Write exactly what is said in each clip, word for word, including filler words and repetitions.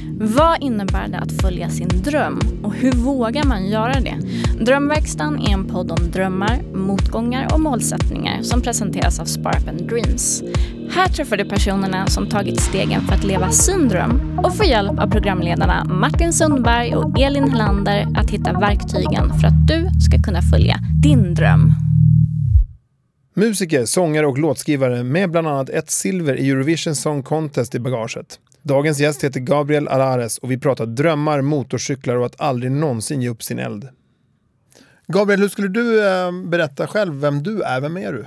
Vad innebär det att följa sin dröm och hur vågar man göra det? Drömverkstan är en podd om drömmar, motgångar och målsättningar som presenteras av Sparp and Dreams. Här träffar du personerna som tagit stegen för att leva sin dröm och får hjälp av programledarna Martin Sundberg och Elin Helander att hitta verktygen för att du ska kunna följa din dröm. Musiker, sångare och låtskrivare med bland annat ett silver i Eurovision Song Contest i bagaget. Dagens gäst heter Gabriel Alares och vi pratar drömmar, motorcyklar och att aldrig någonsin ge upp sin eld. Gabriel, hur skulle du eh, berätta själv vem du är? Vem är du?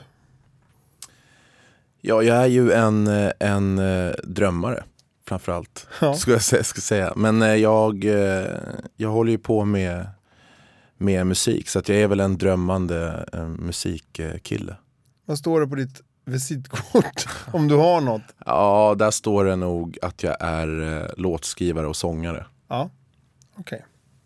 Ja, jag är ju en, en uh, drömmare framförallt, ja. skulle jag säga, skulle säga. Men uh, jag, uh, jag håller ju på med, med musik, så att jag är väl en drömmande uh, musikkille. Vad står det på ditt visitkort, om du har något? Ja, där står det nog att jag är uh, låtskrivare och sångare. Ja, okej. Okay.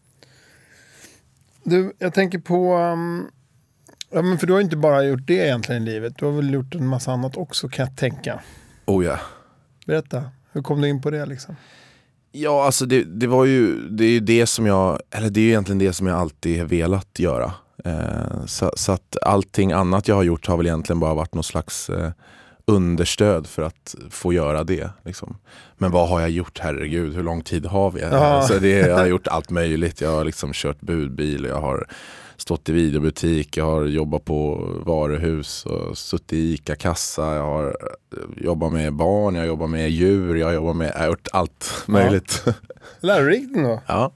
Du, jag tänker på... Um... Ja, men för du har inte bara gjort det egentligen i livet. Du har väl gjort en massa annat också, kan jag tänka. Oh ja. Berätta, hur kom du in på det liksom? Ja, alltså det, det var ju det är ju det som jag, eller det är ju egentligen det som jag alltid har velat göra. Eh, så, så att allting annat jag har gjort har väl egentligen bara varit någon slags eh, understöd för att få göra det. Liksom. Men vad har jag gjort, herregud? Hur lång tid har vi? Alltså det, jag har gjort allt möjligt. Jag har liksom kört budbil, jag har stått i videobutik, jag har jobbat på varuhus och suttit i ICA-kassa, jag har jobbat med barn, jag jobbar med djur, jag jobbar med, jag har gjort allt möjligt. Ja. Lärorikt då? Ja.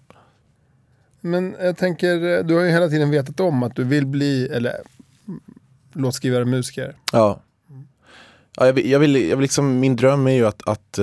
Men jag tänker, du har ju hela tiden vetat om att du vill bli, eller låtskrivare, musiker. Ja. Ja, jag vill, jag vill, jag vill liksom, min dröm är ju att, att,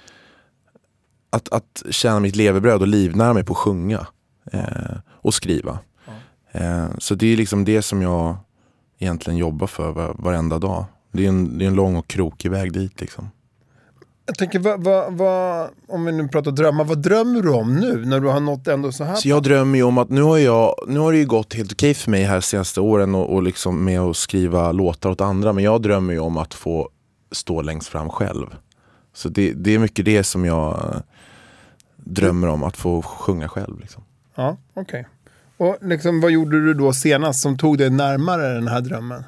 att, att tjäna mitt levebröd och livnära mig på att sjunga eh, och skriva. Så det är liksom det som jag egentligen jobbar för var, varenda dag. Det är, en, det är en lång och krokig väg dit liksom. Jag tänker, vad, vad, vad, om vi nu pratar drömmar, vad drömmer du om nu när du har nått ändå så här? Så jag drömmer ju om att nu har, jag, nu har det ju gått helt okej för mig här senaste åren och, och liksom med att skriva låtar åt andra. Men jag drömmer ju om att få stå längst fram själv. Så det, det är mycket det som jag drömmer om, att få sjunga själv liksom. Ja, okej. Okay. Och liksom, vad gjorde du då senast som tog dig närmare den här drömmen?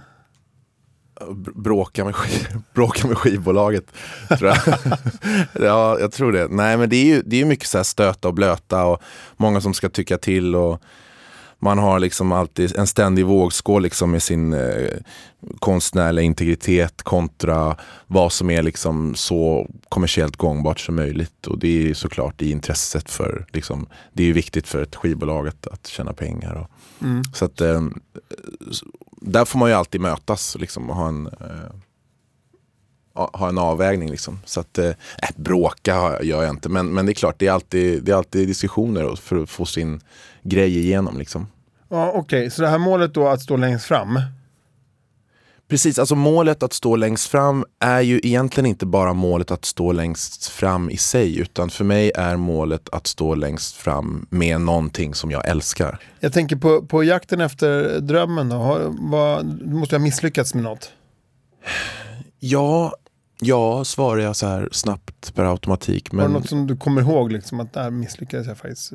Bråka med, skiv, bråka med skivbolaget, tror jag. Ja, jag tror det. Nej, men det är ju det är mycket så här stöta och blöta och många som ska tycka till och man har liksom alltid en ständig vågskål liksom med sin eh, konstnärliga integritet kontra vad som är liksom så kommersiellt gångbart som möjligt. Och det är såklart i intresset för liksom, det är ju viktigt för ett skivbolag att, att tjäna pengar. Och, mm. Så att eh, där får man ju alltid mötas liksom, och ha en eh, ha en avvägning liksom. Så att eh, bråka gör jag inte, men, men det är klart, det är alltid, det är alltid diskussioner för att få sin grej igenom liksom. Ja, okej. Okay. Så det här målet då att stå längst fram? Precis, alltså målet att stå längst fram är ju egentligen inte bara målet att stå längst fram i sig, utan för mig är målet att stå längst fram med någonting som jag älskar. Jag tänker på, på jakten efter drömmen då. Har, vad, du måste ha misslyckats med något? Ja, ja, svarar jag så här snabbt per automatik. Men... Var det något som du kommer ihåg liksom, att där misslyckades jag faktiskt?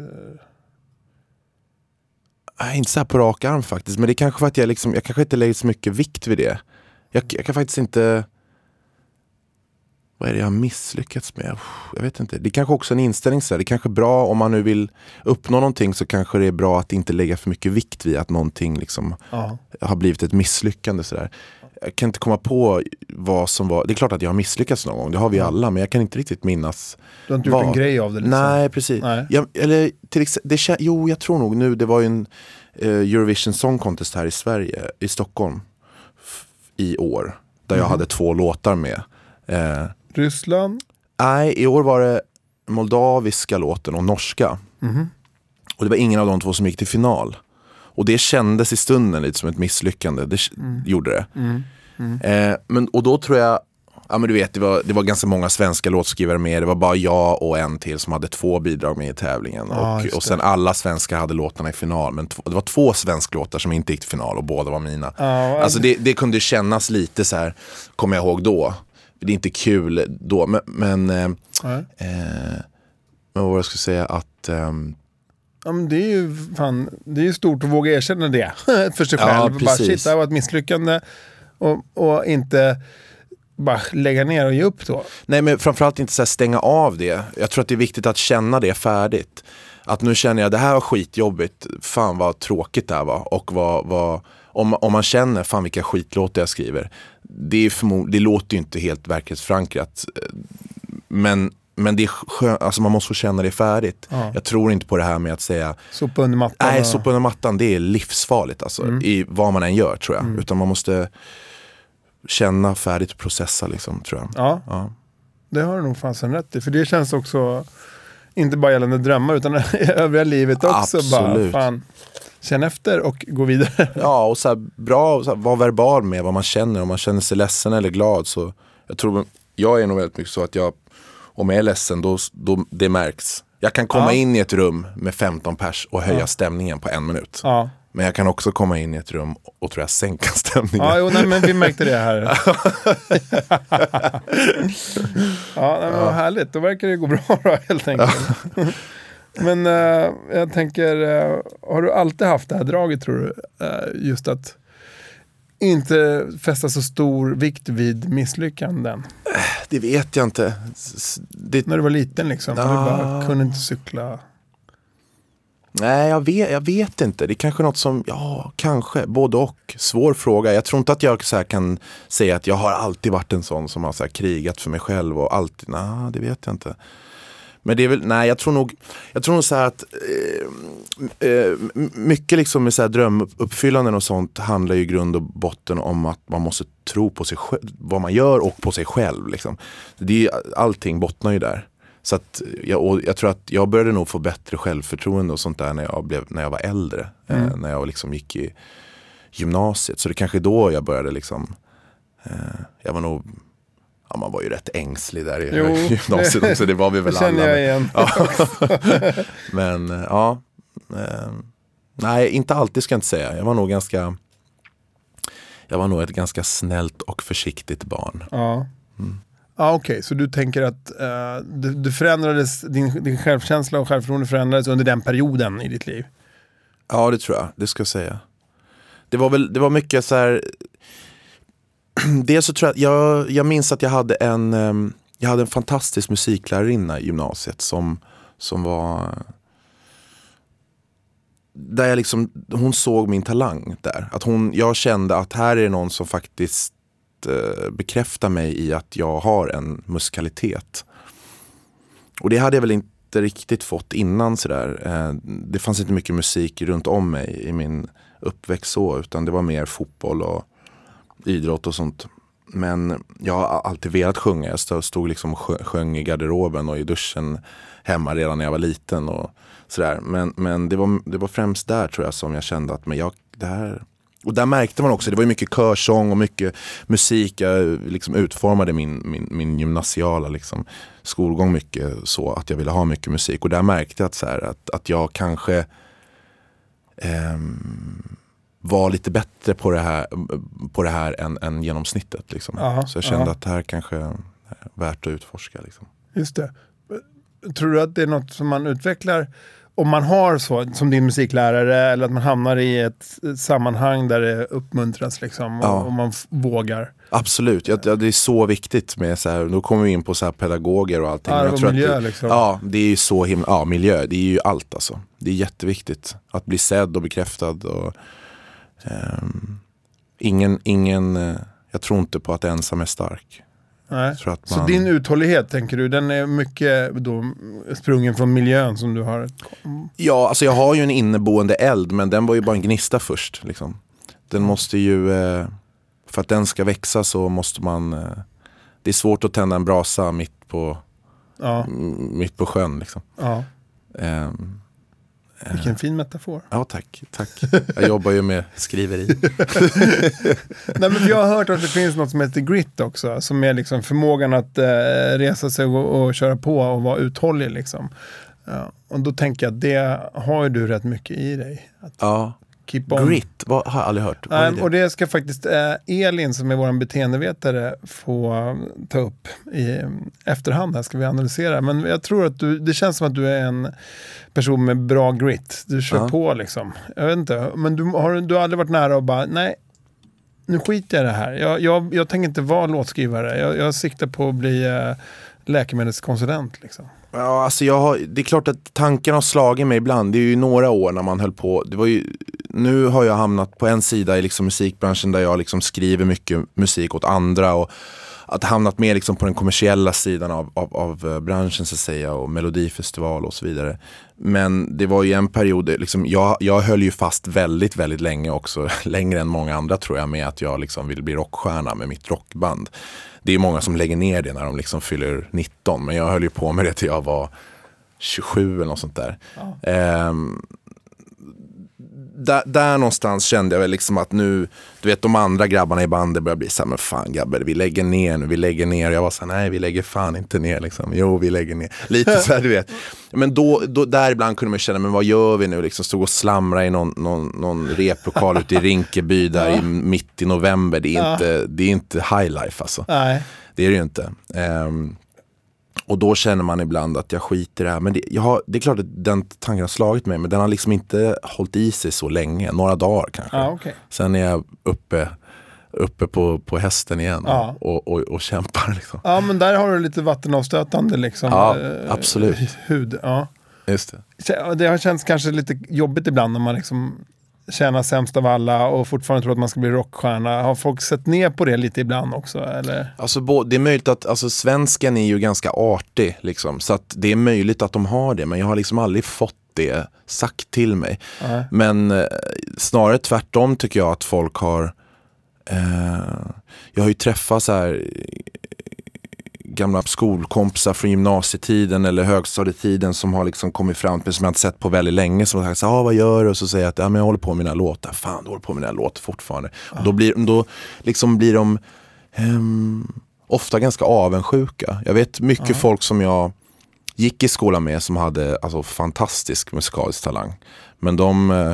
Nej, inte så här på rak arm faktiskt. Men det är kanske för att jag liksom, jag kanske inte lägger så mycket vikt vid det. Jag, jag kan faktiskt inte... Vad är det jag har misslyckats med? Jag vet inte. Det är kanske också en inställning så här. Det är kanske bra om man nu vill uppnå någonting, så kanske det är bra att inte lägga för mycket vikt vid att någonting liksom uh-huh. har blivit ett misslyckande så där. Jag kan inte komma på vad som var... Det är klart att jag har misslyckats någon gång. Det har vi alla, men jag kan inte riktigt minnas. Du har inte gjort en grej av det liksom? Nej, precis. Nej. Jag, eller till exempel, det, jo, jag tror nog nu, det var ju en uh, Eurovision Song Contest här i Sverige, i Stockholm f- i år, där mm. jag hade två låtar med. Uh, Ryssland? Nej, i år var det moldaviska låten och norska. Mm. Och det var ingen av de två som gick till final. Och det kändes i stunden lite som ett misslyckande. Det mm. gjorde det. Mm. Mm. Eh, men, och då tror jag... Ja, men du vet, det var, det var ganska många svenska låtskrivare med. Det var bara jag och en till som hade två bidrag med i tävlingen. Ah, och, och sen alla svenska hade låtarna i final. Men två, det var två svenska låtar som inte gick till final och båda var mina. Ah, alltså det, det kunde kännas lite så här, kommer jag ihåg då. Det är inte kul då. Men, men, mm. eh, men vad jag skulle säga att... Um... Ja, men det är ju fan, det är ju stort att våga erkänna det för sig själv. Ja, bara shit, det var ett misslyckande och, och inte bara lägga ner och ge upp då. Nej, men framförallt inte så här stänga av det. Jag tror att det är viktigt att känna det färdigt. Att nu känner jag, det här var skitjobbigt. Fan vad tråkigt det här var. Och vad, vad, om, om man känner, fan vilka skitlåtar jag skriver. Det, är förmod, det låter ju inte helt verklighetsförankrat. Men, men det är skön, alltså man måste få känna det färdigt. Ja. Jag tror inte på det här med att säga... Sopa under mattan. Nej, sopa under mattan, det är livsfarligt alltså. Mm. I vad man än gör, tror jag. Mm. Utan man måste känna färdigt och processa, liksom, tror jag. Ja, ja. Det har du nog fanns en rätt i. För det känns också... Inte bara gällande drömmar utan i övriga livet också. Absolut. Bara, fan, känn efter och gå vidare. Ja, och så här, bra att vara verbal med vad man känner. Om man känner sig ledsen eller glad så... Jag tror, jag är nog väldigt mycket så att jag... Om jag är ledsen, då, då det märks. Jag kan komma ja. in i ett rum med femton pers och höja ja. stämningen på en minut. Ja. Men jag kan också komma in i ett rum och tror jag sänka stämningen. Ja, jo, nej, men vi märkte det här. Ja, nej, men vad härligt. Då verkar det gå bra då, helt enkelt. Men uh, jag tänker, uh, har du alltid haft det här draget, tror du? Uh, just att inte fästa så stor vikt vid misslyckanden. Det vet jag inte. Det... När du var liten liksom, när ah. du bara kunde inte cykla. Nej, jag vet, jag vet inte. Det är kanske något som, ja, kanske, både och. Svår fråga. Jag tror inte att jag så här kan säga att jag har alltid varit en sån som har så här krigat för mig själv och alltid, nej, det vet jag inte. Men det är väl, nej, jag tror nog, jag tror nog så här att eh, eh, mycket liksom med så här drömuppfyllanden och sånt handlar ju i grund och botten om att man måste tro på sig själv, vad man gör och på sig själv liksom. Det är, allting bottnar ju där. Så att jag, och jag tror att jag började nog få bättre självförtroende och sånt där när jag, blev, när jag var äldre. Mm. Eh, när jag liksom gick i gymnasiet. Så det kanske då jag började liksom... Eh, jag var nog... Ja, man var ju rätt ängslig där i jo, gymnasiet också. Det var vi väl alla. Det känner jag igen. Ja. Men ja... Eh, nej, inte alltid ska jag inte säga. Jag var nog ganska... Jag var nog ett ganska snällt och försiktigt barn. Ja. Mm. Ja, okej. Okay. Så du tänker att uh, du, du förändrades, din, din självkänsla och självförtroende förändrades under den perioden i ditt liv? Ja, det tror jag. Det ska jag säga. Det var väl, det var mycket så här... Dels så tror jag, jag, jag minns att jag hade en, um, jag hade en fantastisk musiklärarinna i gymnasiet som, som var... Där jag liksom, hon såg min talang där. Att hon, jag kände att här är det någon som faktiskt bekräfta mig i att jag har en musikalitet. Och det hade jag väl inte riktigt fått innan sådär. Det fanns inte mycket musik runt om mig i min uppväxt så, utan det var mer fotboll och idrott och sånt. Men jag har alltid velat sjunga. Jag stod liksom och sjöng i garderoben och i duschen hemma redan när jag var liten och sådär. Men, men det, var, det var främst där tror jag som jag kände att men jag, det här... Och där märkte man också, det var ju mycket körsång och mycket musik. Jag liksom utformade min, min, min gymnasiala liksom, skolgång mycket så att jag ville ha mycket musik. Och där märkte jag att, så här, att, att jag kanske eh, var lite bättre på det här, på det här än, än genomsnittet. Liksom. Aha, så jag kände aha. att det här kanske är värt att utforska. Liksom. Just det. Tror du att det är något som man utvecklar... Om man har så, som din musiklärare, eller att man hamnar i ett sammanhang där det uppmuntras liksom, och, ja. och man f- vågar. Absolut, ja, det är så viktigt med så här, då kommer vi in på så här pedagoger och allting. Ja, jag tror miljö, att det, liksom. Ja, det är ju så himla, ja, miljö, det är ju allt alltså. Det är jätteviktigt att bli sedd och bekräftad och um, ingen, ingen, jag tror inte på att ensam är stark. Nej. Man... Så din uthållighet, tänker du, den är mycket då sprungen från miljön som du har? Ja, alltså jag har ju en inneboende eld, men den var ju bara en gnista först. Liksom. Den måste ju, eh, för att den ska växa så måste man, eh, det är svårt att tända en brasa mitt på, ja. m- mitt på sjön. Liksom. Ja. Eh, Vilken fin metafor. Ja, tack. tack. Jag jobbar ju med skriveri. Nej, men jag har hört att det finns något som heter grit också. Som är liksom förmågan att eh, resa sig och, och köra på och vara uthållig. Liksom. Ja, och då tänker jag att det har ju du rätt mycket i dig. Att ja. Keep on. Grit, vad har jag aldrig hört. Vad är Um, det? och det ska faktiskt eh, Elin som är vår beteendevetare få uh, ta upp i um, efterhand. Här ska vi analysera. Men jag tror att du, det känns som att du är en person med bra grit. Du kör Ja. på liksom. Jag vet inte, men du har, du har aldrig varit nära och bara, nej, nu skiter jag i det här. Jag, jag, jag tänker inte vara låtskrivare. Jag, jag siktar på att bli uh, läkemedelskonsulent liksom. Ja, alltså jag har, det är klart att tanken har slagit mig ibland. Det är ju några år när man höll på. Det var ju, nu har jag hamnat på en sida i liksom musikbranschen där jag liksom skriver mycket musik åt andra och att hamnat mer liksom på den kommersiella sidan av, av, av branschen så att säga och melodifestival och så vidare. Men det var ju en period, liksom, jag, jag höll ju fast väldigt, väldigt länge också, längre än många andra tror jag, med att jag liksom vill bli rockstjärna med mitt rockband. Det är många som lägger ner det när de liksom fyller nitton, men jag höll ju på med det till jag var tjugosju eller något sånt där. Ja. Ehm, där, där någonstans kände jag väl liksom att nu, du vet de andra grabbarna i bandet börjar bli så här, men fan grabbar, vi lägger ner nu, vi lägger ner. Jag var så här, nej vi lägger fan inte ner liksom. Jo, vi lägger ner. Lite så här, du vet. Men då, då, där ibland kunde man känna, men vad gör vi nu? Liksom stod och slamra i någon, någon, någon replokal ute i Rinkeby där ja. i mitt i november. Det är, ja. inte, det är inte high life alltså. Nej. Det är det ju inte. Um, Och då känner man ibland att jag skiter i det här. Men det, jag har, det är klart att den tanken har slagit mig. Men den har liksom inte hållit i sig så länge. Några dagar kanske. Ah, okay. Sen är jag uppe, uppe på, på hästen igen. Ah. Och, och, och kämpar liksom. Ja, men där har du lite vattenavstötande liksom. Ja, eh, absolut. Hud, ja. Just det. Det har känts kanske lite jobbigt ibland när man liksom tjänar sämst av alla och fortfarande tror att man ska bli rockstjärna. Har folk sett ner på det lite ibland också? Eller? Alltså, det är möjligt att alltså, svensken är ju ganska artig liksom, så att det är möjligt att de har det, men jag har liksom aldrig fått det sagt till mig. Uh-huh. Men eh, snarare tvärtom tycker jag att folk har eh, jag har ju träffat så här gamla skolkompisar från gymnasietiden eller högstadietiden som har liksom kommit fram till mig som jag inte sett på väldigt länge, som har sagt, ah, vad gör du? Och så säger jag att ja, men jag håller på med mina låtar. Fan, du håller på med mina låtar fortfarande. Ja. Och då blir, då liksom blir de um, ofta ganska avundsjuka. Jag vet mycket ja. folk som jag gick i skolan med som hade alltså fantastisk musikalisk talang. Men de uh,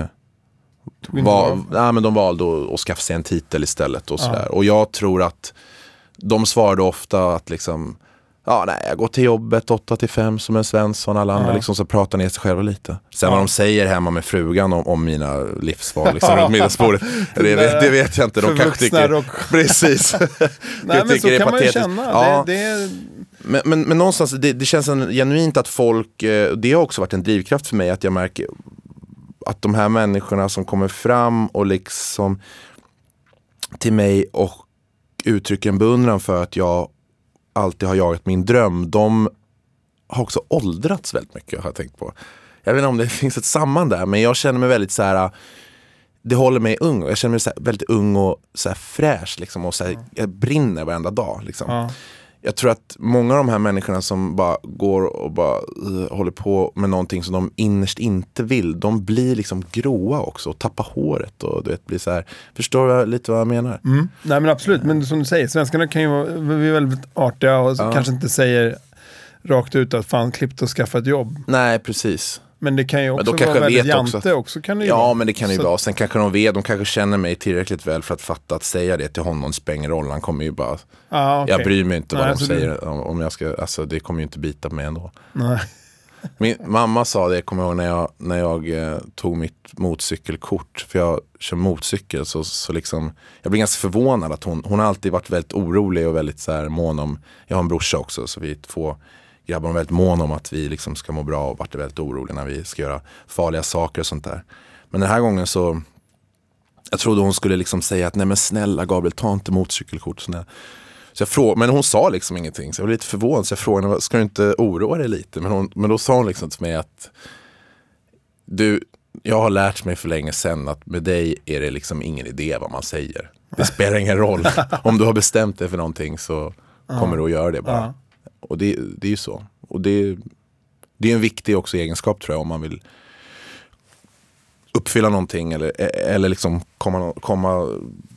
var, nej, men de valde att, att skaffa sig en titel istället och sådär. Ja. Och jag tror att de svarade ofta att liksom, ja nej, jag går till jobbet åtta till fem som en Svensson, alla andra ja. liksom, så pratar ner sig själva lite. Sen ja. vad de säger hemma med frugan om, om mina livsval liksom, runt middagsbordet, det, det, det vet jag inte. De kanske tycker, och... precis. Nej, men så kan man ju känna. Ja. Det, det... Men, men, men någonstans, det, det känns en, genuint att folk, det har också varit en drivkraft för mig, att jag märker att de här människorna som kommer fram och liksom till mig och uttrycker en beundran för att jag alltid har jagat min dröm, de har också åldrats väldigt mycket, har jag tänkt på. Jag vet inte om det finns ett samband där, men jag känner mig väldigt så här, det håller mig ung, jag känner mig så här, väldigt ung och så här fräsch liksom, och så här, jag brinner varenda dag liksom. Ja. Jag tror att många av de här människorna som bara går och bara uh, håller på med någonting som de innerst inte vill, de blir liksom gråa också och tappar håret och du vet, blir så här, förstår du lite vad jag menar? Mm. Nej men absolut, men som du säger, svenskarna kan ju vara vi är väldigt artiga och ja. kanske inte säger rakt ut att fan klippt och skaffa ett jobb. Nej, precis. Men det kan ju också vara väldigt jante också. också kan det ju ja, vara. men det kan ju så... vara. Sen kanske de vet, de kanske känner mig tillräckligt väl för att fatta att säga det till honom spelar ingen roll. Han kommer ju bara, ah, okay. jag bryr mig inte Nej, vad de säger. Du... Om jag ska, alltså det kommer ju inte bita mig ändå. Nej. Min mamma sa det, kommer jag ihåg när jag, när jag eh, tog mitt motorcykelkort. För jag kör motorcykel så, så liksom, jag blir ganska förvånad att hon, hon har alltid varit väldigt orolig och väldigt så här mån om, jag har en brorsa också så vi två grabbar är väldigt mån om att vi liksom ska må bra och vart är väldigt oroliga när vi ska göra farliga saker och sånt där. Men den här gången så jag trodde hon skulle liksom säga att nej men snälla Gabriel, ta inte motorcykelkort. Så jag frågade, men hon sa liksom ingenting så jag var lite förvånad så jag frågade henne, ska du inte oroa dig lite? Men, hon, men då sa hon liksom till mig att du, jag har lärt mig för länge sedan att med dig är det liksom ingen idé vad man säger. Det spelar ingen roll. Om du har bestämt dig för någonting så kommer du att göra det bara. Ja. Och det, det är ju så. Och det, det är en viktig också egenskap tror jag om man vill uppfylla någonting eller, eller liksom komma, komma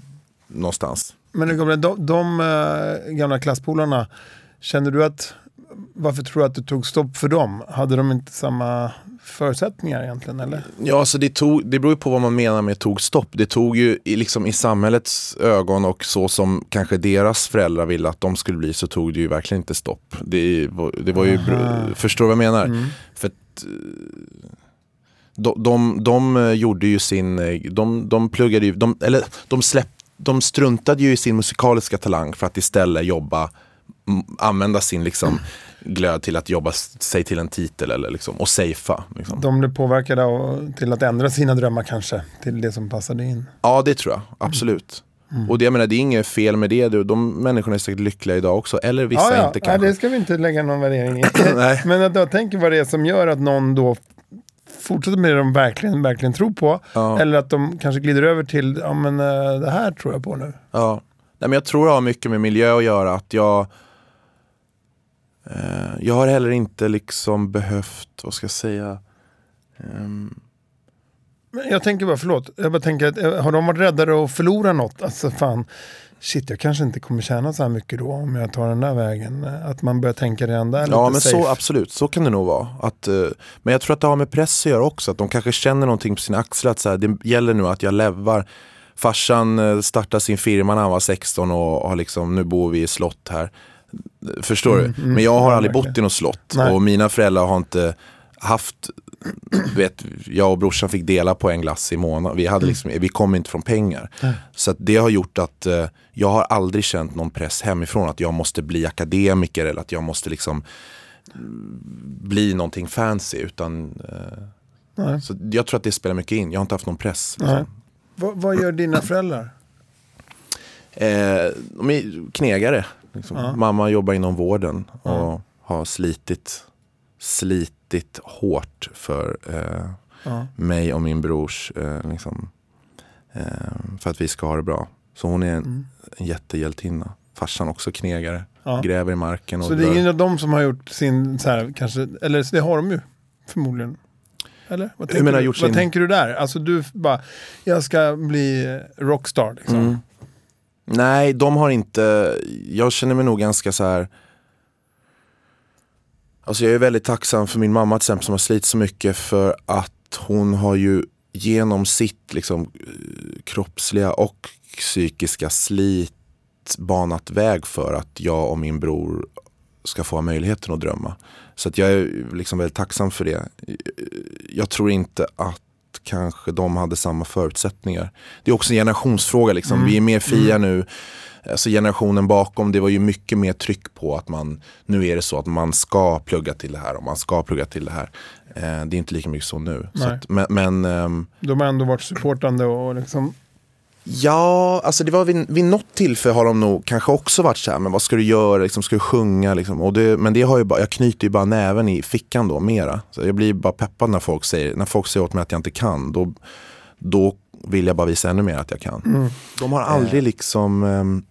någonstans. Men de, de, de äh, gamla klasspolarna, känner du att varför tror du att det tog stopp för dem? Hade de inte samma förutsättningar egentligen, eller? Ja, så det, tog, det beror ju på vad man menar med tog stopp. Det tog ju i, liksom i samhällets ögon och så som kanske deras föräldrar ville att de skulle bli, så tog det ju verkligen inte stopp. Det, det var ju, Aha. Förstår du vad jag menar? Mm. För att de, de, de gjorde ju sin, de, de pluggade ju, de, eller de släppte, de struntade ju i sin musikaliska talang för att istället jobba, använda sin liksom glöd till att jobba sig till en titel eller liksom, och safea. Liksom. De blev påverkade av, till att ändra sina drömmar kanske till det som passade in. Ja, det tror jag. Absolut. Mm. Och det, jag menar, det är inget fel med det. De människorna är säkert lyckliga idag också. Eller vissa ja, ja. inte kanske. Ja, det ska vi inte lägga någon värdering i. Nej. Men att jag tänker vad det är som gör att någon då fortsätter med det de verkligen, verkligen tror på. Ja. Eller att de kanske glider över till, ja men det här tror jag på nu. Ja. Nej, men jag tror det har mycket med miljö att göra. Att jag eh, jag har heller inte liksom behövt, vad ska jag säga... Um... Jag tänker bara, förlåt. Jag bara tänker, att, har de varit räddare att förlora något? Alltså fan, shit, jag kanske inte kommer tjäna så här mycket då om jag tar den där vägen. Att man börjar tänka redan där. Ja, lite men safe. Så absolut, så kan det nog vara. Att, uh, men jag tror att det har med press att göra också. Att de kanske känner någonting på sina axlar. Att så här, det gäller nu att jag levar. Farsan startade sin firma när han var sexton och har liksom, nu bor vi i slott här. Förstår mm, du? Mm, men jag har ja, aldrig verkligen. bott i något slott. Nej. Och mina föräldrar har inte haft... Vet, jag och brorsan fick dela på en glass i månaden. Vi, hade liksom, vi kom inte från pengar. Mm. Så att det har gjort att uh, jag har aldrig känt någon press hemifrån att jag måste bli akademiker eller att jag måste liksom bli någonting fancy. Utan, uh, så jag tror att det spelar mycket in. Jag har inte haft någon press. Liksom. Va, vad gör dina föräldrar? Eh, de är knegare. Liksom. Ja. Mamma jobbar inom vården och ja. har slitit slitit hårt för eh, ja. mig och min brors eh, liksom, eh, för att vi ska ha det bra. Så hon är en, mm. en jättehjältinna. Farsan också knegare. Ja. Gräver i marken. Och så det är ingen av dem som har gjort sin så här, kanske, eller det har de ju förmodligen. Eller? Vad tänker, menar, du? Vad sin... tänker du där? Alltså du bara, jag ska bli rockstar liksom. Mm. Nej, de har inte, jag känner mig nog ganska så här. Alltså jag är väldigt tacksam för min mamma till exempel som har slitit så mycket, för att hon har ju genom sitt liksom kroppsliga och psykiska slit banat väg för att jag och min bror ska få möjligheten att drömma. Så att jag är liksom väldigt tacksam för det. Jag tror inte att kanske de hade samma förutsättningar. Det är också en generationsfråga liksom. Mm. Vi är mer fria mm. nu. Alltså generationen bakom, det var ju mycket mer tryck på att man, nu är det så att man ska plugga till det här och man ska plugga till det här. Eh, det är inte lika mycket så nu. Så att, men, men um, de har ändå varit supportande och liksom... Ja, alltså det var vid, vid något tillfälle har de nog kanske också varit så här, men vad ska du göra, liksom, ska du sjunga liksom? Och det, men det har ju bara, jag knyter ju bara näven i fickan då mera. Så jag blir bara peppad när folk säger, när folk säger åt mig att jag inte kan, då, då vill jag bara visa ännu mer att jag kan. Mm. De har aldrig liksom um,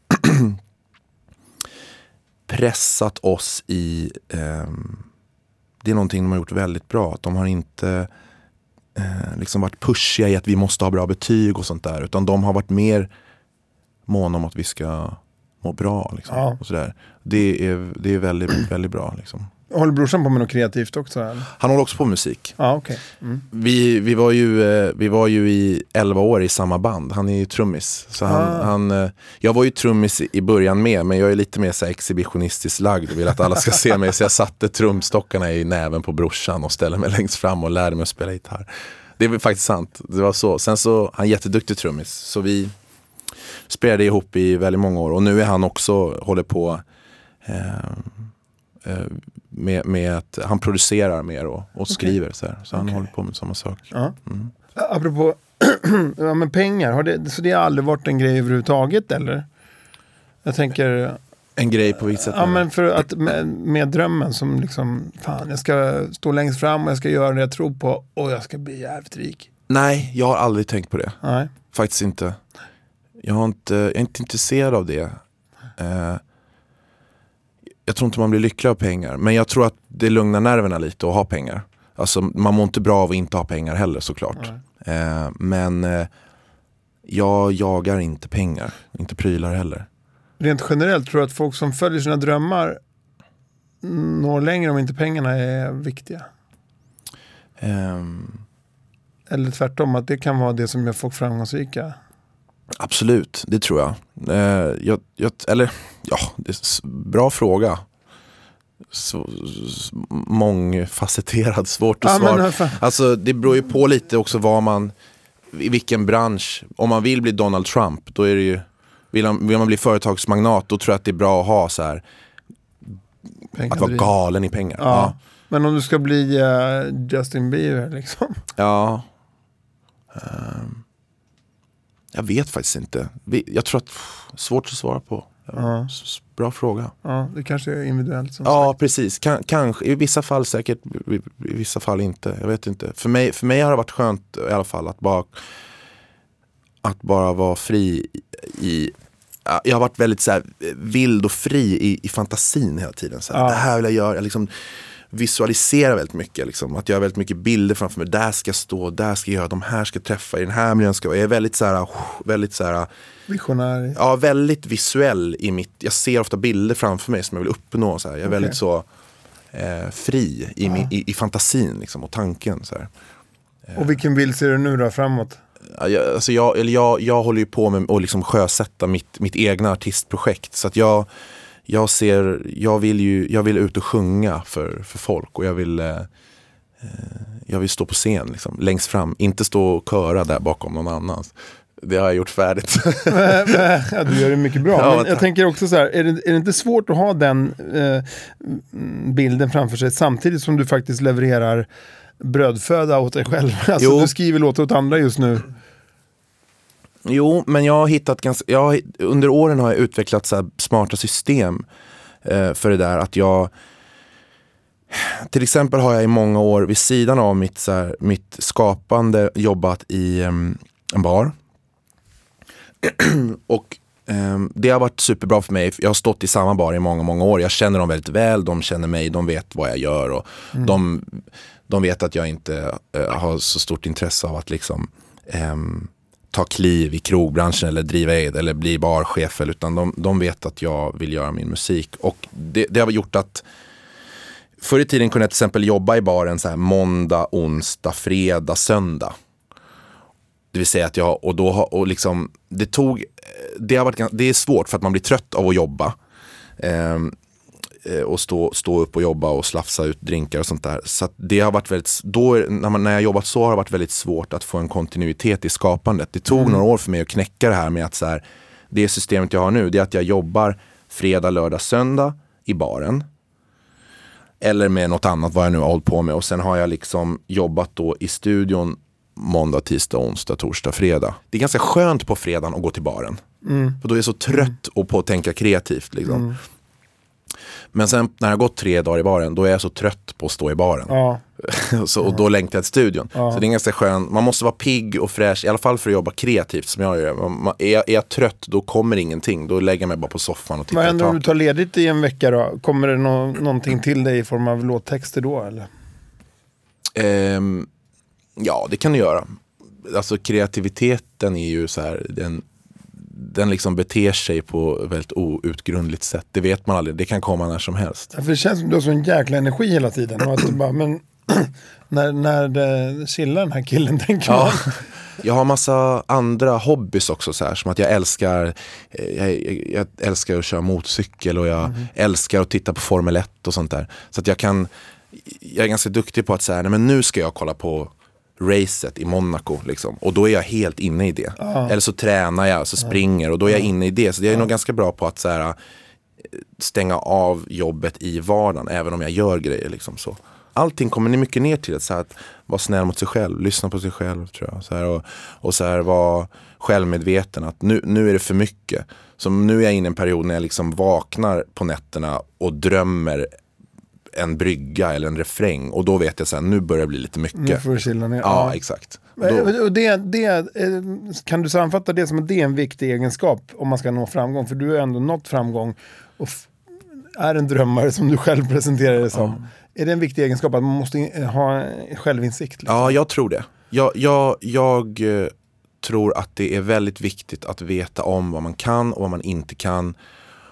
pressat oss i um, det är någonting de har gjort väldigt bra. Att de har inte uh, liksom varit pushiga i att vi måste ha bra betyg och sånt där, utan de har varit mer måna om att vi ska må bra liksom, ja. och sådär. Det är, det är väldigt, väldigt bra liksom. Håller brorsan på med något kreativt också? Eller? Han håller också på med musik. Ah, okay. mm. vi, vi, var ju, vi var ju i elva år i samma band. Han är ju trummis. Så han, ah. han, jag var ju trummis i början med, men jag är lite mer så här exhibitionistiskt lagd och vill att alla ska se mig. Så jag satte trumstockarna i näven på brorsan och ställde mig längst fram och lärde mig att spela gitarr. Det är faktiskt sant. Det var så. Sen så, han är jätteduktig trummis. Så vi spelade ihop i väldigt många år. Och nu är han också, håller på... Eh, Med, med att han producerar mer och, och okay. skriver så här. Så han okay. håller på med samma sak. Ja. Mm. Apropå ja, men pengar, har det, så det har aldrig varit en grej överhuvudtaget eller? Jag tänker... En grej på vilket sätt? Ja, men för att med, med drömmen som liksom, fan, jag ska stå längst fram och jag ska göra det jag tror på och jag ska bli jävligt rik. Nej, jag har aldrig tänkt på det. Nej. Faktiskt inte. Jag, har inte, jag är inte intresserad av det. Eh, Jag tror inte man blir lycklig av pengar. Men jag tror att det lugnar nerverna lite att ha pengar. Alltså man mår inte bra av att inte ha pengar heller såklart. Eh, men eh, jag jagar inte pengar. Inte prylar heller. Rent generellt tror jag att folk som följer sina drömmar når längre om inte pengarna är viktiga? Um, Eller tvärtom, att det kan vara det som gör folk framgångsrika? Absolut, det tror jag. Uh, jag, jag eller, ja, det är en bra fråga. Så, så mångfacetterad, svårt att ja, svara. Alltså, det beror ju på lite också vad man, i vilken bransch. Om man vill bli Donald Trump, då är det ju, vill man, vill man bli företagsmagnat, då tror jag att det är bra att ha så här, pengar att vara galen i pengar. Ja. Ja. Men om du ska bli uh, Justin Bieber liksom? Ja. Um, jag vet faktiskt inte. Jag tror att svårt att svara på. Ja. Bra fråga. Ja, det kanske är individuellt. Som ja, sagt. precis. K- kanske. I vissa fall säkert, i, i vissa fall inte. Jag vet inte. För mig, för mig har det varit skönt i alla fall att bara, att bara vara fri i... Jag har varit väldigt så här, vild och fri i, i fantasin hela tiden. Så här, ja. Det här vill jag göra. Jag liksom visualiserar väldigt mycket. Liksom. Att jag har väldigt mycket bilder framför mig. Där ska jag stå, där ska jag göra, de här ska träffa, i den här miljön ska jag. Jag är väldigt så här, väldigt så här... Visionär. Ja, väldigt visuell i mitt... Jag ser ofta bilder framför mig som jag vill uppnå. Så här. Jag är okay. väldigt så eh, fri i, ja. min, i, i fantasin liksom, och tanken. Så här. Och vilken bild ser du nu då framåt? Jag, alltså jag, eller jag, jag håller ju på med att liksom sjösätta mitt, mitt egna artistprojekt. Så att jag, jag ser... Jag vill ju jag vill ut och sjunga för, för folk. Och jag vill... Eh, jag vill stå på scen liksom, längst fram. Inte stå och köra där bakom någon annans. Det har jag gjort färdigt. Ja, du gör det mycket bra. Ja, men jag tänker också så här, är det, är det inte svårt att ha den eh, bilden framför sig samtidigt som du faktiskt levererar brödföda åt dig själv? Alltså jo. Du skriver låtar åt andra just nu. Jo, men jag har hittat ganska... Jag har, under åren har jag utvecklat så här smarta system eh, för det där. Att jag... Till exempel har jag i många år vid sidan av mitt, så här, mitt skapande jobbat i um, en bar. Och um, det har varit superbra för mig. Jag har stått i samma bar i många, många år. Jag känner dem väldigt väl. De känner mig. De vet vad jag gör. Och mm. de, de vet att jag inte uh, har så stort intresse av att liksom um, ta kliv i krogbranschen eller driva ed eller bli barchef. Utan de, de vet att jag vill göra min musik. Och det, det har gjort att förr i tiden kunde jag till exempel jobba i baren så här måndag, onsdag, fredag, söndag. Det vill säga att jag, och då och liksom, det tog, det har varit, det är svårt för att man blir trött av att jobba. Eh, och stå, stå upp och jobba och slafsa ut drinkar och sånt där. Så att det har varit väldigt, då, när, man, när jag jobbat så har det varit väldigt svårt att få en kontinuitet i skapandet. Det tog mm. några år för mig att knäcka det här med att så här, det systemet jag har nu, det är att jag jobbar fredag, lördag, söndag i baren. Eller med något annat vad jag nu har hållit på med. Och sen har jag liksom jobbat då i studion måndag, tisdag, onsdag, torsdag, fredag. Det är ganska skönt på fredagen att gå till baren. Mm. För då är jag så trött och på att tänka kreativt liksom. Mm. Men sen när jag har gått tre dagar i baren, då är jag så trött på att stå i baren. Ja. så, och då längtar jag till studion. Ja. Så det är ganska skönt. Man måste vara pigg och fräsch, i alla fall för att jobba kreativt som jag gör. Man, är, jag, är jag trött, då kommer ingenting. Då lägger jag mig bara på soffan och tittar. Vad händer om du tar ledigt i en vecka då? Kommer det no- någonting till dig i form av låttexter då, eller? Um, ja, det kan du göra. Alltså kreativiteten är ju så här, den den liksom beter sig på väldigt outgrundligt sätt. Det vet man aldrig. Det kan komma när som helst. Ja, för det känns som att du har så en jäkla energi hela tiden. Och att du bara, men när, när det chillar den här killen, tänker ja. man. Jag har massa andra hobbys också så här, som att jag älskar jag, jag, jag älskar att köra motorcykel och jag mm. älskar att titta på Formel ett och sånt där. Så att jag kan jag är ganska duktig på att säga, nej men nu ska jag kolla på racet i Monaco liksom. Och då är jag helt inne i det. Ah. Eller så tränar jag, så springer och då är jag inne i det. Så jag är ah. nog ganska bra på att så här, stänga av jobbet i vardagen, även om jag gör grejer liksom så. Allting kommer mycket ner till det, så här, att vara snäll mot sig själv, lyssna på sig själv tror jag, så här, och, och så här vara självmedveten att nu, nu är det för mycket. Så nu är jag inne i en period när jag liksom vaknar på nätterna och drömmer en brygga eller en refräng, och då vet jag så här, nu börjar det bli lite mycket. Nu får du chilla ner. Ja, ja. Exakt. Då... Och det, det, kan du sammanfatta det som att det är en viktig egenskap om man ska nå framgång? För du har ändå nått framgång och f- är en drömmare som du själv presenterar det som. Ja. Är det en viktig egenskap att man måste ha självinsikt? Liksom? Ja, jag tror det. Jag, jag, jag eh, tror att det är väldigt viktigt att veta om vad man kan och vad man inte kan.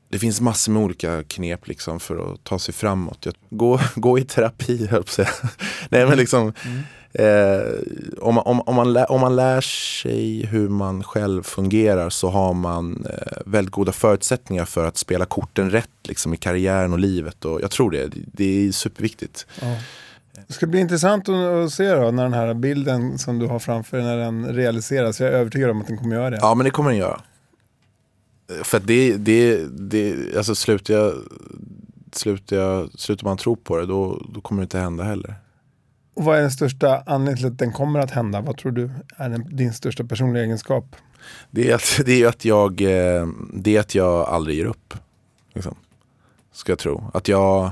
det finns massor med olika knep liksom för att ta sig framåt. Gå, gå i terapi, höll jag på att säga. Nej, men liksom, mm. eh, om, om, om, man lär, om man lär sig hur man själv fungerar så har man eh, väldigt goda förutsättningar för att spela korten rätt liksom, i karriären och livet. Och jag tror det, det är superviktigt. Ja. Det ska bli intressant att se då, när den här bilden som du har framför när den realiseras. Jag är övertygad om att den kommer göra det. Ja, men det kommer den göra. För att det, det, det alltså slutar jag, slutar jag, slutar man tro på det, då, då kommer det inte hända heller. Och vad är den största anledningen till att den kommer att hända? Vad tror du är den, din största personliga egenskap? Det är att, det är att jag, det är att jag aldrig ger upp. Liksom. Ska jag tro. Att jag...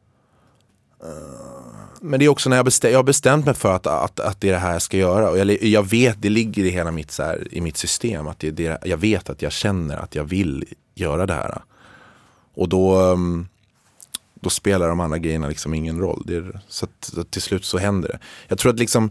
Men det är också när jag, bestäm, jag har bestämt mig för att, att, att det är det här jag ska göra. Och jag, jag vet, det ligger i hela mitt, så här, i mitt system. Att det, det, jag vet att jag känner att jag vill göra det här. Och då, då spelar de andra grejerna liksom ingen roll. Det är, så, att, så att till slut så händer det. Jag tror att liksom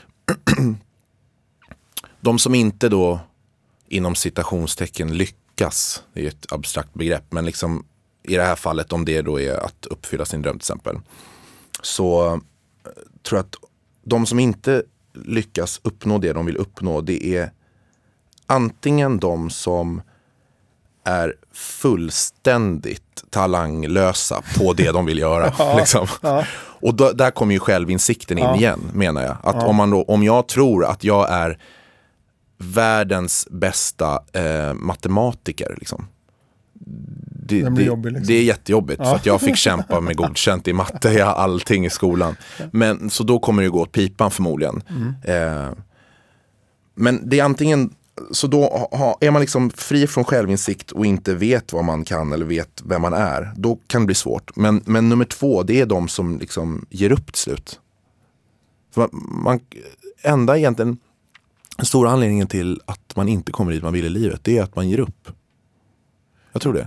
de som inte då inom citationstecken lyckas, det är ett abstrakt begrepp, men liksom i det här fallet, om det då är att uppfylla sin dröm till exempel, så tror jag att de som inte lyckas uppnå det de vill uppnå, det är antingen de som är fullständigt talanglösa på det de vill göra. ja, liksom. ja. Och då, där kommer ju självinsikten in ja. igen, menar jag. Att ja. om, man då, om jag tror att jag är världens bästa eh, matematiker, liksom, Det, det, jobbig, liksom. det är jättejobbigt ja. för att jag fick kämpa med godkänt i matte, i allting i skolan. Men så då kommer det gå åt pipan förmodligen. Mm. Eh, men det är antingen, så då ha, är man liksom fri från självinsikt och inte vet vad man kan eller vet vem man är, då kan det bli svårt. Men, men nummer två, det är de som liksom ger upp till slut. För man, man, ända egentligen, den stora anledningen till att man inte kommer dit man vill i livet, det är att man ger upp. Jag tror det.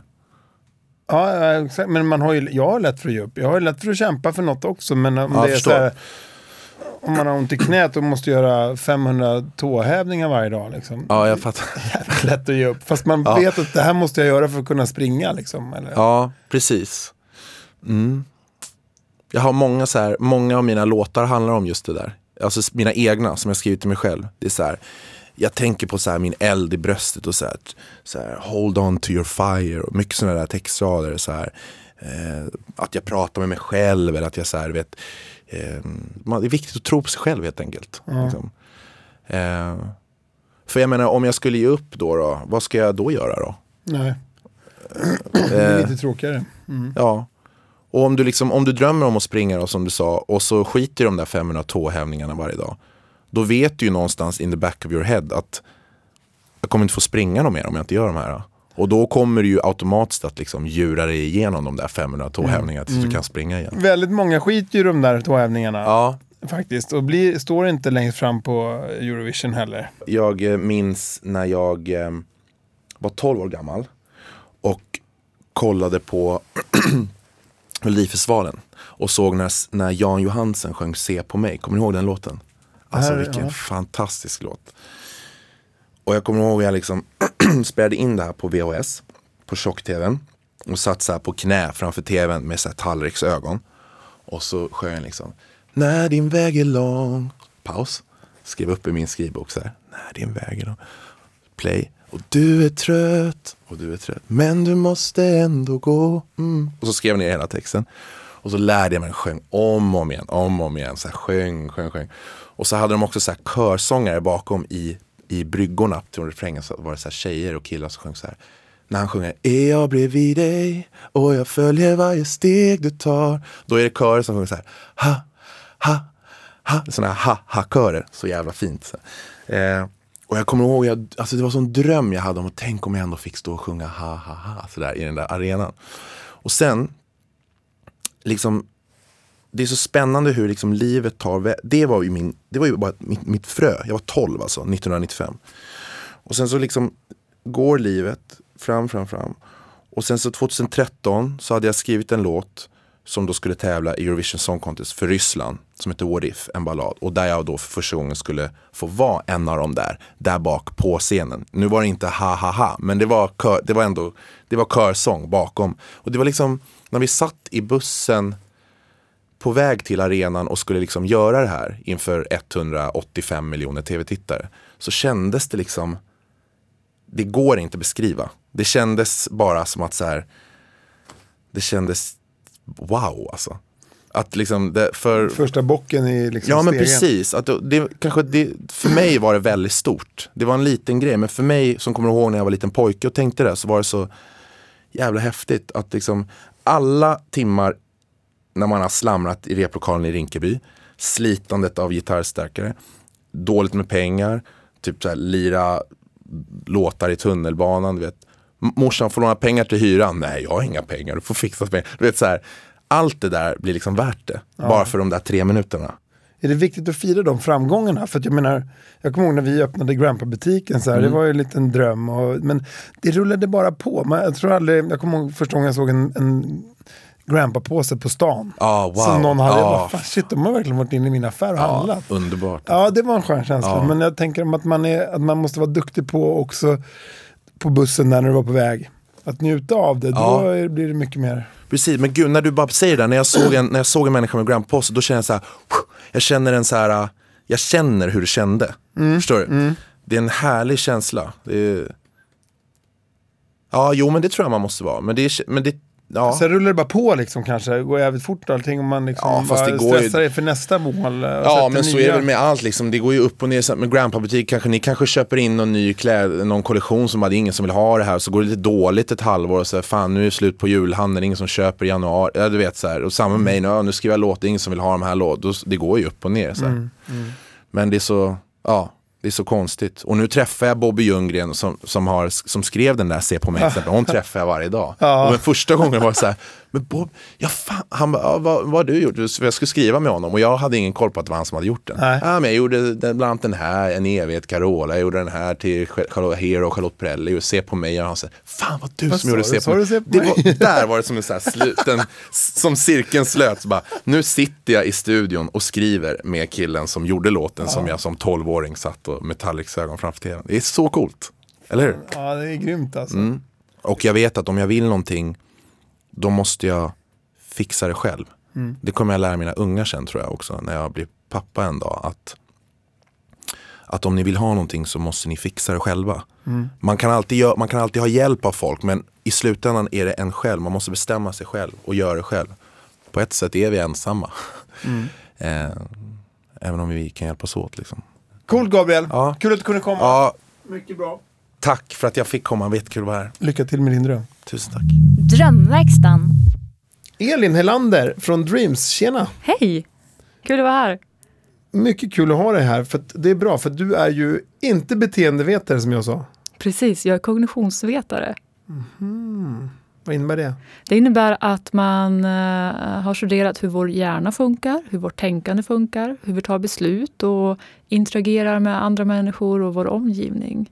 Ja, men man har ju, jag har lätt för att ge upp. Jag har lätt för att kämpa för något också. Men om, ja, det är så här, om man har ont i knät och måste göra femhundra tåhävningar varje dag. Liksom. Ja, jag fattar. Jävligt lätt att ge upp. Fast man ja. vet att det här måste jag göra för att kunna springa. Liksom, eller? Ja, precis. Mm. Jag har många så här, många av mina låtar handlar om just det där. Alltså mina egna som jag skrivit till mig själv. Det är så här, jag tänker på så här min eld i bröstet och så här, så här hold on to your fire och mycket sådana där textrader så här, eh, att jag pratar med mig själv eller att jag så här vet eh, man, det är viktigt att tro på sig själv helt enkelt. Mm. Liksom. Eh, för jag menar, om jag skulle ge upp då, då vad ska jag då göra då? Nej. Det är lite tråkigare. Mm. Ja. Och om du liksom, om du drömmer om att springa då, som du sa, och så skiter de där femhundra tåhävningarna varje dag, då vet du ju någonstans in the back of your head att jag kommer inte få springa någon mer om jag inte gör de här. Och då kommer du ju automatiskt att liksom djura dig igenom de där femhundra tåhävningarna tills mm. du kan springa igen. Väldigt många skiter ju de där tåhävningarna. Ja. Faktiskt. Och blir, står inte längst fram på Eurovision heller. Jag eh, minns när jag eh, var tolv år gammal och kollade på Melodifestivalen och såg när, när Jan Johansen sjöng Se på mig. Kommer ni ihåg den låten? Alltså här, vilken ja. fantastisk låt. Och jag kommer ihåg att jag liksom spelade in det här på V H S på tjock-tvn och satt så här på knä framför tvn med så här tallriksögon. Och så sjöng jag liksom när din väg är lång. Paus. Skrev upp i min skrivbok så här. När din väg är lång. Play. Och du är trött. Och du är trött. Men du måste ändå gå. Mm. Och så skrev jag ner hela texten. Och så lärde jag mig sjöng om och om igen. Om och om igen. Så här sjöng, sjöng, sjöng. Och så hade de också så här körsångare bakom i, i bryggorna till refrängen. Så var det så här tjejer och killar som sjöng så här. När han sjunger är jag bredvid dig och jag följer varje steg du tar. Då är det körer som sjunger så här. Ha, ha, ha. Sådana här ha-ha-körer. Så jävla fint. Så. Eh, och jag kommer ihåg, jag, alltså det var sån dröm jag hade om att tänk om jag ändå fick stå och sjunga ha-ha-ha. Så där i den där arenan. Och sen liksom det är så spännande hur liksom livet tar, det var ju min, det var ju bara mitt, mitt frö. Jag var tolv alltså, nittonhundranittiofem. Och sen så liksom går livet fram, fram, fram. Och sen så tjugohundratretton så hade jag skrivit en låt som då skulle tävla i Eurovision Song Contest för Ryssland som heter What If, en ballad. Och där jag då för första gången skulle få vara en av dem där, där bak på scenen. Nu var det inte ha ha ha, men det var, kör, det var ändå det var körsång bakom. Och det var liksom, när vi satt i bussen på väg till arenan och skulle liksom göra det här inför etthundraåttiofem miljoner tv-tittare, så kändes det liksom, det går inte att beskriva. Det kändes bara som att så här, det kändes wow alltså. Att liksom det för första bocken i liksom ja, men stegen. precis. Att det, det kanske det, för mig var det väldigt stort. Det var en liten grej, men för mig som kommer ihåg när jag var liten pojke och tänkte det, så var det så jävla häftigt att liksom alla timmar när man har slamrat i replokalen i Rinkeby, slitandet av gitarrstärkare, dåligt med pengar, typ så här, lira låtar i tunnelbanan, du vet. Morsan får låna pengar till hyran. Nej, jag har inga pengar, du får fixa pengar. Du vet så här, allt det där blir liksom värt det. Ja. Bara för de där tre minuterna. Är det viktigt att fira de framgångarna? För att jag menar, jag kommer ihåg när vi öppnade Grandpa-butiken så här, mm. det var ju en liten dröm. Och, men det rullade bara på. Man, jag tror aldrig, jag kommer ihåg första gången jag såg en, en Grandpa-påse på stan. Oh, wow. Som någon hade, oh. jag bara, fan, shit, de har verkligen varit inne i min affär och ja, handlat. Underbart. Ja, det var en skön känsla. Ja. Men jag tänker om att man, är, att man måste vara duktig på också på bussen där när du var på väg. Att njuta av det, ja. då är, blir det mycket mer. Precis, men gud, när du bara säger det, när jag såg en, när jag såg en människa med Grandpa-påse, då känner jag så här, jag känner en så här, jag känner hur det kände. Mm. Förstår du? Mm. Det är en härlig känsla. Det är... Ja, jo, men det tror jag man måste vara. Men det är, men det, ja. Sen rullar det bara på liksom kanske, går jävligt fort och allting, om man liksom ja, fast bara det går stressar ju... för nästa mål. Ja, men så nya... är det väl med allt liksom, det går ju upp och ner. Med Grandpa-butik kanske ni kanske köper in någon ny kläd, någon kollektion som hade ingen som vill ha det här, så går det lite dåligt ett halvår och så här, fan nu är det slut på julhandeln, ingen som köper i januari, ja du vet så här, och samma med mig, nu, nu skriver jag låt, det är ingen som vill ha de här låt, det går ju upp och ner så här. Mm, mm. Men det är så, ja, det är så konstigt. Och nu träffar jag Bobby Ljunggren som, som, har, som skrev den där Se på mig exempel. Hon träffar jag varje dag. Ja. Och den första gången var det så här, men Bob, ja fan, han bara, ja, vad, vad har du gjort? Jag skulle skriva med honom och jag hade ingen koll på att det var han som hade gjort den. Nej. Ja, men jag gjorde den, bland annat den här, En evighet Carola, jag gjorde den här till Charlotte Hero och Charlotte Perrelli och Se på mig, och han sa, fan vad du vad som gjorde Se på mig. Se på mig? Det var, där var det som en så här sluten, som cirkeln slöt, så bara, nu sitter jag i studion och skriver med killen som gjorde låten, ja. Som jag som tolvåring satt och Metallics ögon framför tvn. Det är så coolt, eller hur? Ja, det är grymt alltså. Mm. Och jag vet att om jag vill någonting, då måste jag fixa det själv. Mm. Det kommer jag lära mina unga sen, tror jag också, när jag blir pappa en dag, att, att om ni vill ha någonting så måste ni fixa det själva. Mm. Man kan alltid gö- man kan alltid ha hjälp av folk, men i slutändan är det en själv. Man måste bestämma sig själv och göra det själv. På ett sätt är vi ensamma. Mm. eh, även om vi kan hjälpas åt liksom. Coolt, Gabriel. Ja. Kul att du kunde komma. Ja. Mycket bra. Tack för att jag fick komma. Vet kul att vara här. Lycka till med din dröm. Tusen tack. Drömverkstan. Elin Helander från Dreams. Tjena. Hej. Kul att vara här. Mycket kul att ha dig här. För att det är bra. För att du är ju inte beteendevetare, som jag sa. Precis, jag är kognitionsvetare. Mm. Vad innebär det? Det innebär att man uh, har studerat hur vår hjärna funkar, hur vårt tänkande funkar, hur vi tar beslut och interagerar med andra människor och vår omgivning.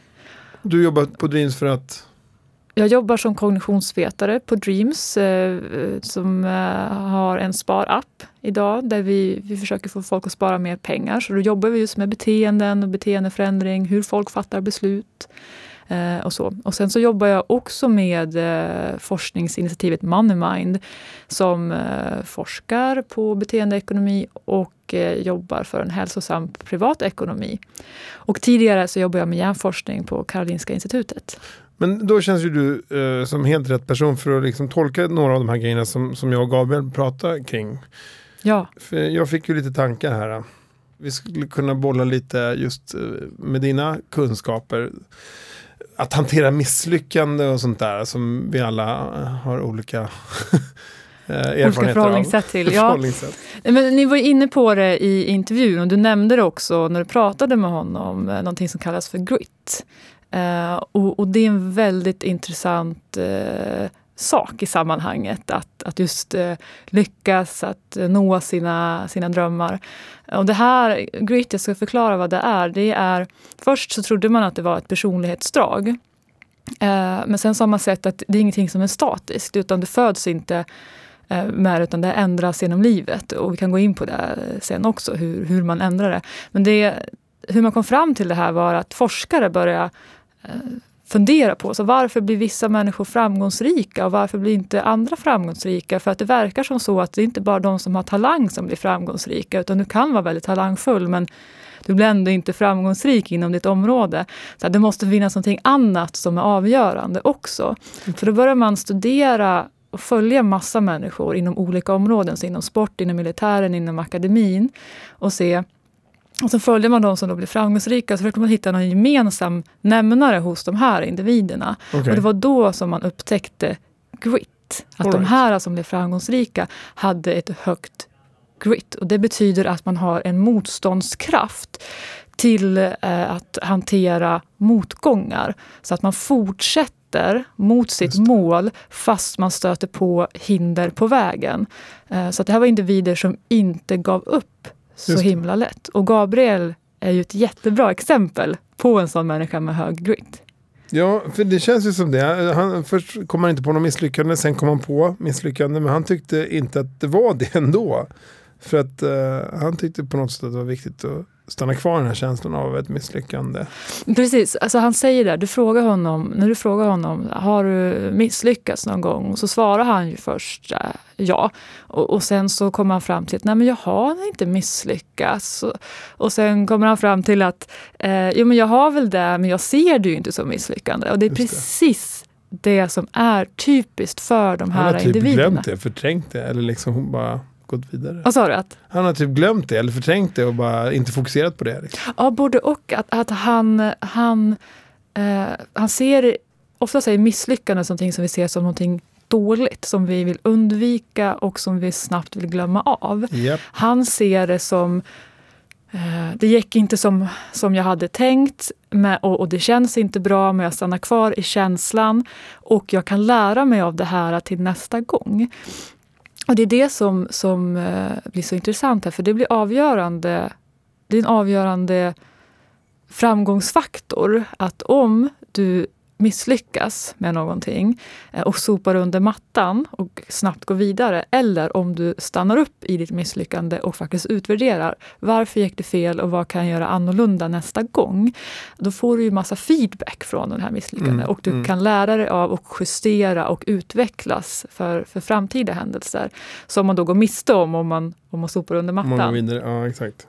Du jobbar på Dreams för att... Jag jobbar som kognitionsvetare på Dreams eh, som eh, har en sparapp idag där vi, vi försöker få folk att spara mer pengar. Så då jobbar vi just med beteenden och beteendeförändring, hur folk fattar beslut eh, och så. Och sen så jobbar jag också med eh, forskningsinitiativet Moneymind som eh, forskar på beteendeekonomi och eh, jobbar för en hälsosam privatekonomi. Och tidigare så jobbar jag med hjärnforskning på Karolinska institutet. Men då känns ju du eh, som helt rätt person för att liksom tolka några av de här grejerna som, som jag och Gabriel pratar kring. Ja. För jag fick ju lite tankar här. Vi skulle kunna bolla lite just eh, med dina kunskaper. Att hantera misslyckande och sånt där som vi alla har olika erfarenheter förhållningssätt till. Ja. Men ni var inne på det i intervjun och du nämnde det också när du pratade med honom, någonting som kallas för grit. Uh, och, och det är en väldigt intressant uh, sak i sammanhanget att, att just uh, lyckas att uh, nå sina, sina drömmar. Och det här, grit, jag ska förklara vad det är. Det är, först så trodde man att det var ett personlighetsdrag. Uh, men sen så har man sett att det är ingenting som är statiskt utan det föds inte eh, med, utan det ändras genom livet. Och vi kan gå in på det sen också, hur, hur man ändrar det. Men det, hur man kom fram till det här var att forskare började eh, fundera på, så varför blir vissa människor framgångsrika och varför blir inte andra framgångsrika? För att det verkar som så att det inte bara är de som har talang som blir framgångsrika, utan du kan vara väldigt talangfull, men du blir ändå inte framgångsrik inom ditt område. Så det måste finnas någonting annat som är avgörande också. Så då börjar man studera och följa massa människor inom olika områden, så inom sport, inom militären, inom akademin, och se. Och så följer man de som då blir framgångsrika, så försöker man hitta någon gemensam nämnare hos de här individerna. Okay. Och det var då som man upptäckte grit. Att All de right. här som blev framgångsrika hade ett högt grit. Och det betyder att man har en motståndskraft till eh, att hantera motgångar. Så att man fortsätter mot sitt mål fast man stöter på hinder på vägen. Eh, så att det här var individer som inte gav upp så himla lätt. Och Gabriel är ju ett jättebra exempel på en sån människa med hög grit. Ja, för det känns ju som det. Han, först kom han inte på något misslyckande, sen kom han på misslyckande, men han tyckte inte att det var det ändå. För att uh, han tyckte på något sätt att det var viktigt att stanna kvar i den här känslan av ett misslyckande. Precis, alltså han säger det, du frågar honom, när du frågar honom, har du misslyckats någon gång? Så svarar han ju först uh, ja. Och, och sen så kommer han fram till att nej, men jag har inte misslyckats. Och, och sen kommer han fram till att uh, jo men jag har väl det, men jag ser det ju inte som misslyckande. Och det är Just precis det. det som är typiskt för de här han har typ individerna. glömt det, förträngt det, eller liksom hon bara gått vidare. Vad sa du? Att? Han har typ glömt det eller förträngt det och bara inte fokuserat på det. Liksom. Ja, både och. Att, att han, han, eh, han ser, ofta säger misslyckande som någonting som vi ser som någonting dåligt, som vi vill undvika och som vi snabbt vill glömma av. Yep. Han ser det som, eh, det gick inte som, som jag hade tänkt med, och, och det känns inte bra, men jag stannar kvar i känslan och jag kan lära mig av det här till nästa gång. Och det är det som, som eh, blir så intressant här, för det blir avgörande, det är en avgörande framgångsfaktor att om du misslyckas med någonting eh, och sopar under mattan och snabbt går vidare, eller om du stannar upp i ditt misslyckande och faktiskt utvärderar varför gick det fel och vad kan jag göra annorlunda nästa gång, då får du ju massa feedback från den här misslyckandet mm, och du mm. kan lära dig av och justera och utvecklas för, för framtida händelser som man då går miste om om man, om man sopar under mattan. Många vidare. Ja, exakt.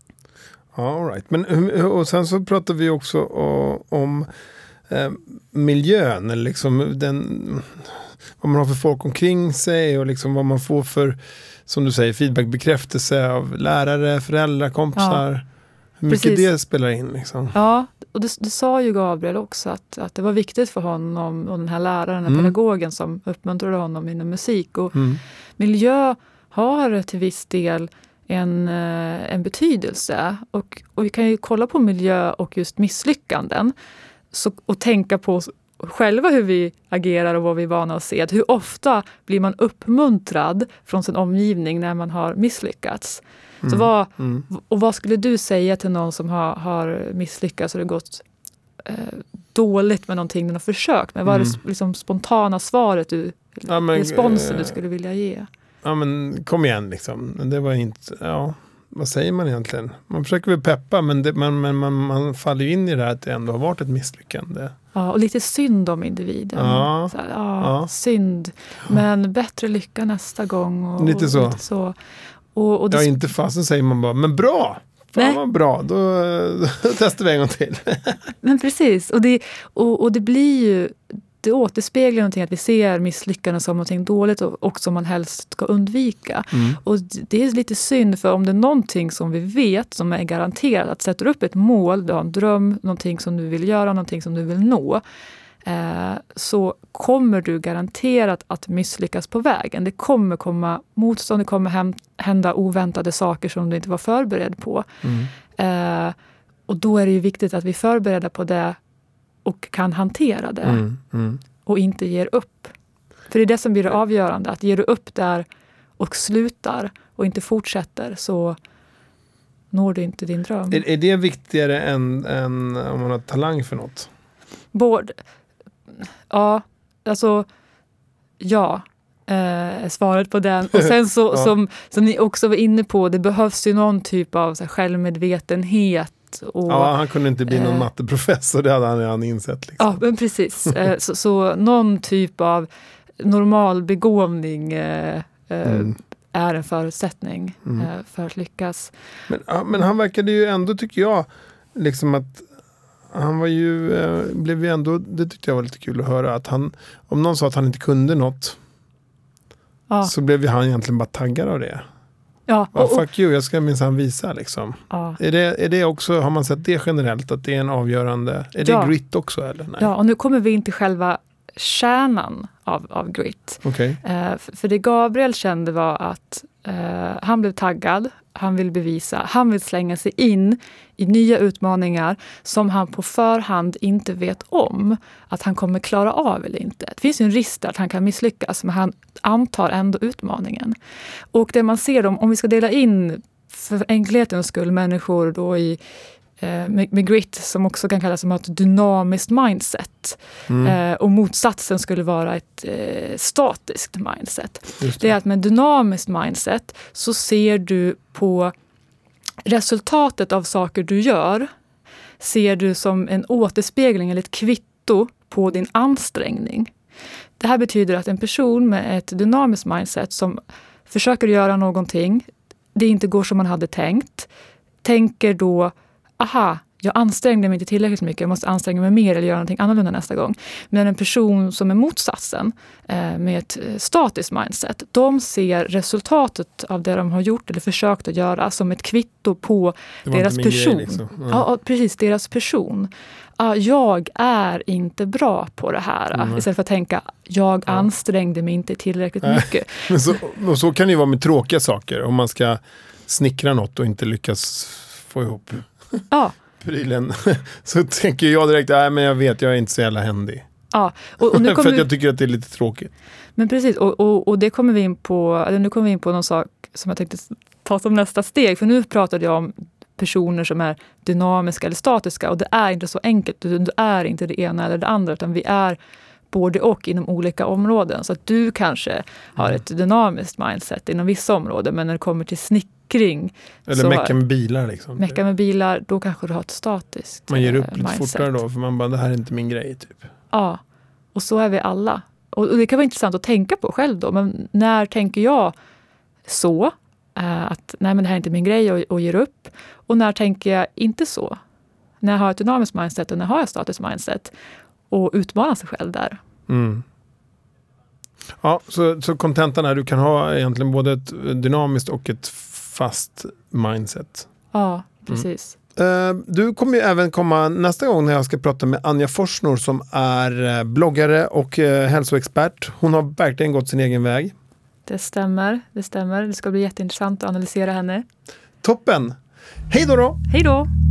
Ja, all right. Men, och sen så pratar vi också om Eh, miljön, eller liksom den, vad man har för folk omkring sig och liksom vad man får för, som du säger, feedback, bekräftelse av lärare, föräldrar, kompisar. Ja, hur mycket precis. Det spelar in liksom. Ja, och det, det sa ju Gabriel också att, att det var viktigt för honom och den här läraren, den här mm. pedagogen som uppmuntrade honom inom musik. Och mm. miljö har till viss del en, en betydelse. Och, och vi kan ju kolla på miljö och just misslyckanden. Så, och tänka på själva hur vi agerar och vad vi är vana att se. Att hur ofta blir man uppmuntrad från sin omgivning när man har misslyckats. Mm. Så vad, mm. och vad skulle du säga till någon som har, har misslyckats och det gått eh, dåligt med någonting den har försökt med? Vad är det Mm. liksom spontana svaret du, ja, men, responsen äh, du skulle vilja ge? Ja, men kom igen liksom. Det var inte, ja, vad säger man egentligen? Man försöker väl peppa, men, det, man, men man, man faller ju in i det här att det ändå har varit ett misslyckande. Ja, och lite synd om individen. Ja. Så här, ja, Ja. synd. Men bättre lycka nästa gång. Och, Lite så. Och lite så. Och, och det Ja, inte fasen säger man bara, men bra! Fan Nej. vad bra, då, då testar vi en gång till. Men precis, och det, och, och det blir ju, det återspeglar någonting att vi ser misslyckanden som någonting dåligt och, och som man helst ska undvika. Mm. Och det är lite synd, för om det är någonting som vi vet som är garanterat, att sätta upp ett mål, du har en dröm, någonting som du vill göra, någonting som du vill nå, eh, så kommer du garanterat att misslyckas på vägen. Det kommer komma motstånd, det kommer hem, hända oväntade saker som du inte var förberedd på. Mm. Eh, och då är det ju viktigt att vi är förberedda på det och kan hantera det. Mm. Mm. Och inte ger upp. För det är det som blir det avgörande. Att ger du upp där och slutar och inte fortsätter, så når du inte din dröm. Är, är det viktigare än, än om man har talang för något? Både, ja, alltså ja. är svaret på den. Och sen så, Ja. som, som ni också var inne på, det behövs ju någon typ av så här, självmedvetenhet. Och, Ja, han kunde inte bli någon eh, matteprofessor, det hade han redan insett. Liksom. Ja, men precis. Eh, så, så någon typ av normal begåvning eh, eh, Mm. är en förutsättning Mm. eh, för att lyckas. Men, ja, men han verkade ju ändå, tycker jag, liksom att han var ju, eh, blev ju ändå, det tyckte jag var lite kul att höra, att han, om någon sa att han inte kunde något, Ja, så blev ju han egentligen bara taggad av det. ja, Ja, och, och, fuck you, jag ska minsann visa liksom. ja. Är det, är det också, har man sett det generellt, att det är en avgörande, är det Ja. grit också eller? Nej. ja, och nu kommer vi in till själva kärnan av, av grit. Okej. Eh, för, för det Gabriel kände var att eh, han blev taggad, han vill bevisa, han vill slänga sig in i nya utmaningar som han på förhand inte vet om att han kommer klara av eller inte. Det finns ju en risk att han kan misslyckas, men han antar ändå utmaningen. Och det man ser om, om vi ska dela in för enkelhetens skull människor då i eh, med, med grit, som också kan kallas som ett dynamiskt mindset. Mm. Eh, och motsatsen skulle vara ett eh, statiskt mindset. Just Det är att med dynamiskt mindset så ser du på resultatet av saker du gör, ser du som en återspegling eller ett kvitto på din ansträngning. Det här betyder att en person med ett dynamiskt mindset som försöker göra någonting, det inte går som man hade tänkt, tänker då, aha, jag ansträngde mig inte tillräckligt mycket, jag måste anstränga mig mer eller göra någonting annorlunda nästa gång. Men en person som är motsatsen eh, med ett statiskt mindset, de ser resultatet av det de har gjort eller försökt att göra som ett kvitto på Det var deras inte min person. grej, liksom. Ja. Ja. Ja, precis, deras person. Ja, jag är inte bra på det här. Mm. Istället för att tänka, jag Ja. ansträngde mig inte tillräckligt Nej. mycket. Men så, och så kan det ju vara med tråkiga saker, om man ska snickra något och inte lyckas få ihop Ja. prylen. Så tänker jag direkt, nej men jag vet, jag är inte så jävla händig. Ja, och, och nu För kommer att vi, jag tycker att det är lite tråkigt. men precis, och, och, och det kommer vi in på, eller nu kommer vi in på någon sak som jag tänkte ta som nästa steg. För nu pratade jag om personer som är dynamiska eller statiska, och det är inte så enkelt. Du, du är inte det ena eller det andra, utan vi är både och inom olika områden. Så att du kanske har ett dynamiskt mindset inom vissa områden, men när det kommer till snickring, Eller så mecka med bilar liksom. mecka med bilar, då kanske du har ett statiskt Man ger upp eh, lite mindset. fortare då, för man bara, det här är inte min grej typ. Ja, och så är vi alla. Och, och det kan vara intressant att tänka på själv då, men när tänker jag så? Eh, att nej, men det här är inte min grej, och, och ger upp. Och när tänker jag inte så? När jag har ett dynamiskt mindset och när jag har ett statiskt mindset? Och utmana sig själv där. Mm. Ja, så, så kontentan är, du kan ha egentligen både ett dynamiskt och ett fast mindset. Ja, precis. Uh, du kommer ju även komma nästa gång när jag ska prata med Anja Forsnor som är uh, bloggare och uh, hälsoexpert. Hon har verkligen gått sin egen väg. Det stämmer, det stämmer. Det ska bli jätteintressant att analysera henne. Toppen! Hej då då! Hej då!